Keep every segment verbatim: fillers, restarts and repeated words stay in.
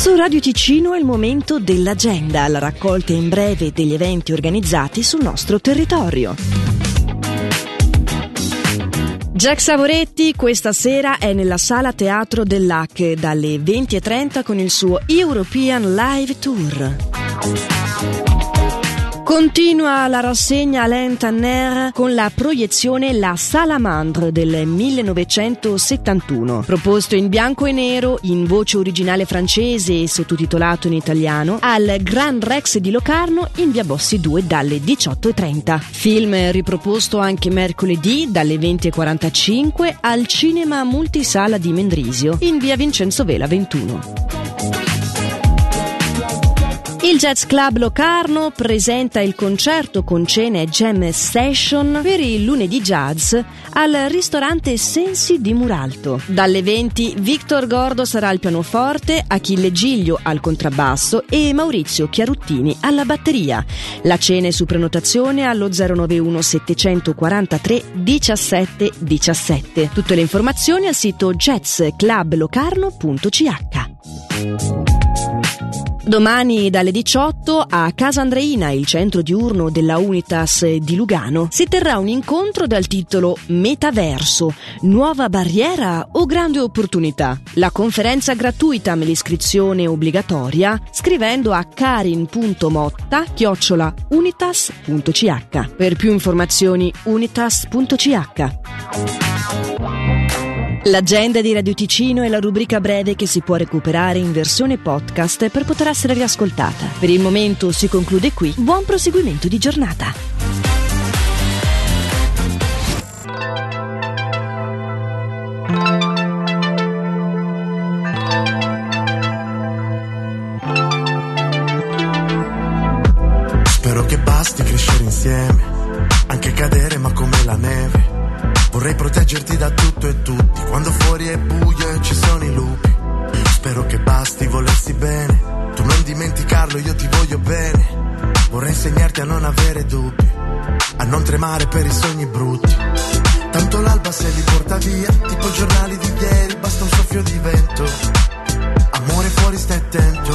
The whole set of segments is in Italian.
Su Radio Ticino è il momento dell'agenda, la raccolta in breve degli eventi organizzati sul nostro territorio. Jack Savoretti questa sera è nella sala teatro dell'A C dalle venti e trenta con il suo European Live Tour. Continua la rassegna Alain Tanner con la proiezione La Salamandre del millenovecentosettantuno, proposto in bianco e nero, in voce originale francese e sottotitolato in italiano, al Grand Rex di Locarno in via Bossi due dalle diciotto e trenta. Film riproposto anche mercoledì dalle venti e quarantacinque al Cinema Multisala di Mendrisio in via Vincenzo Vela ventuno. Il Jazz Club Locarno presenta il concerto con cena e jam session per il lunedì jazz al ristorante Sensi di Muralto. Dalle venti Victor Gordo sarà al pianoforte, Achille Giglio al contrabbasso e Maurizio Chiaruttini alla batteria. La cena è su prenotazione allo zero nove uno settecentoquarantatré diciassette diciassette. Tutte le informazioni al sito jazz club locarno punto c h. Domani dalle diciotto a Casa Andreina, il centro diurno della Unitas di Lugano, si terrà un incontro dal titolo Metaverso, nuova barriera o grande opportunità? La conferenza gratuita ma l'iscrizione obbligatoria scrivendo a karin punto motta chiocciola unitas punto c h. Per più informazioni unitas punto c h. L'agenda di Radio Ticino è la rubrica breve che si può recuperare in versione podcast per poter essere riascoltata. Per il momento si conclude qui. Buon proseguimento di giornata. Spero che basti crescere insieme, anche cadere ma come la neve. Vorrei proteggerti da tutto e tutti, quando fuori è buio e ci sono i lupi. Spero che basti volersi bene, tu non dimenticarlo, io ti voglio bene. Vorrei insegnarti a non avere dubbi, a non tremare per i sogni brutti. Tanto l'alba se li porta via, tipo giornali di ieri, basta un soffio di vento. Amore fuori stai attento,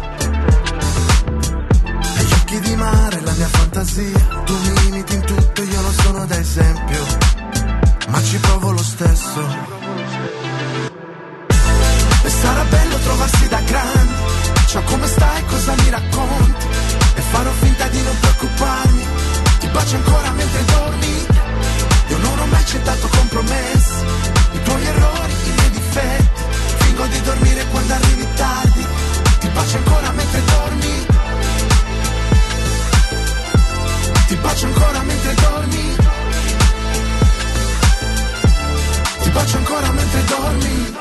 agli occhi di mare la mia fantasia. Tu mi imiti in tutto, io non sono da esempio, ma ci provo lo stesso. E sarà bello trovarsi da grandi, ciao come stai, cosa mi racconti? E farò finta di non preoccuparmi, ti bacio ancora mentre dormi. Io non ho mai accettato compromessi, i tuoi errori, i miei difetti. Fingo di dormire quando arrivi tardi, ti bacio ancora mentre dormi. Ti bacio ancora mentre dormi. Ti bacio ancora mentre dormi.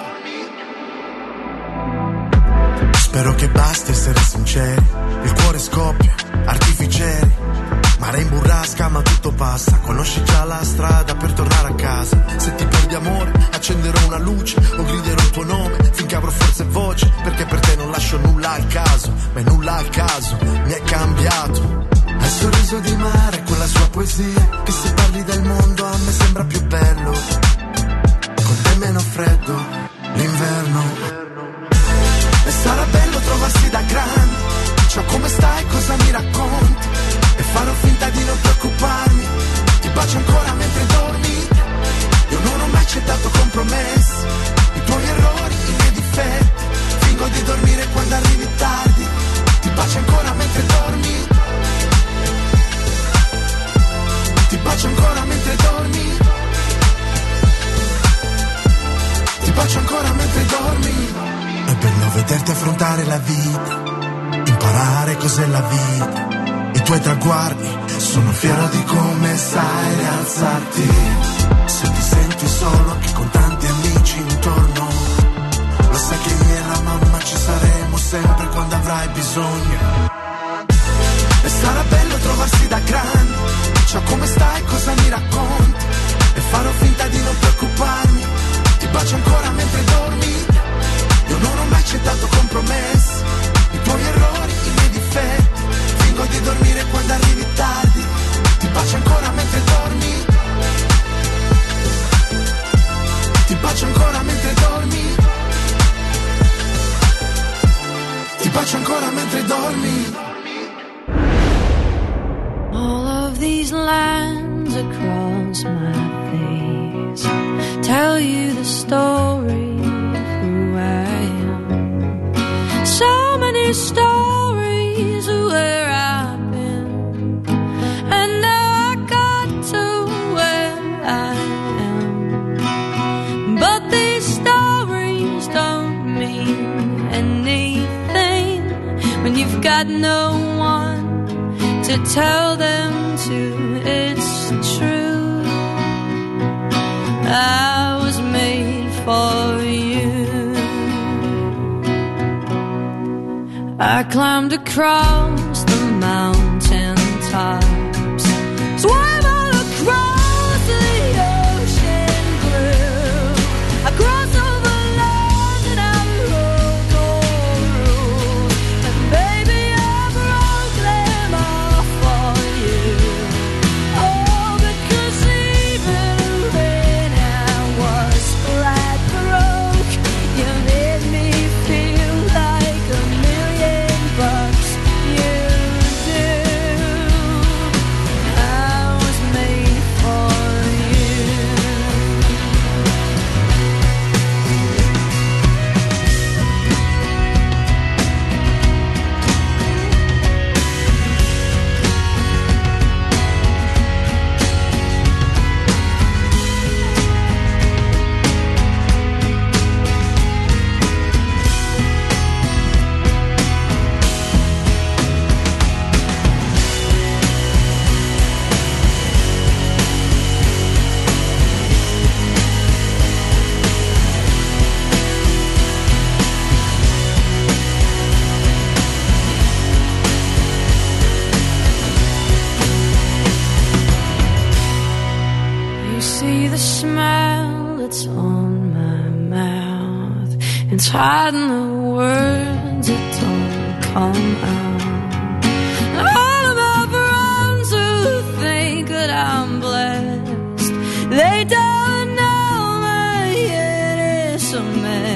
Spero che basti essere sinceri, il cuore scoppia, artificieri. Mare in burrasca ma tutto passa, conosci già la strada per tornare a casa. Se ti perdi amore, accenderò una luce o griderò il tuo nome, finché avrò forza e voce, perché per te non lascio nulla al caso. Ma nulla al caso, mi è cambiato. Hai il sorriso di mare con la sua poesia, che se parli del mondo a me sembra più bello. Con te meno freddo, l'inverno. E sarà bello trovarsi da grandi, ciao come stai, cosa mi racconti? E farò finta di non preoccuparmi, ti bacio ancora mentre dormi. Io non ho mai accettato compromessi, i tuoi errori, i miei difetti. Fingo di dormire quando arrivi tardi, ti bacio ancora mentre dormi. Ti bacio ancora mentre dormi. Ti bacio ancora mentre dormi. È bello vederti affrontare la vita, imparare cos'è la vita, i tuoi traguardi. Sono fiero di come sai rialzarti. Se ti senti solo che con tanti amici intorno, lo sai che io e la mamma ci saremo sempre quando avrai bisogno. E sarà bello trovarsi da grandi, ciao come stai, cosa mi racconti? E farò finta di non preoccuparmi, ti bacio ancora mentre dormi. Io non ho mai accettato compromessi, i tuoi errori, i miei difetti. Fingo di dormire quando arrivi tardi, ti bacio ancora mentre dormi. Ti bacio ancora mentre dormi. bacio ancora mentre dormi. All of these lines across my face tell you the story of who I am. So many stories of where I've been, and now I got to where I am. But these stories don't mean anything when you've got no one to tell them to. It's true, I was made for you. I climbed across the mountain tops, swam all across the ocean blue. I crossed over land and I wrote all rules, and baby I broke them all for you. Oh, because even when I was flat broke, you made me feel like a million bucks. You do. I was made for you. You see the smile that's on my mouth, it's hiding the words that don't come out. All of my friends who think that I'm blessed, they don't know my head is a mess.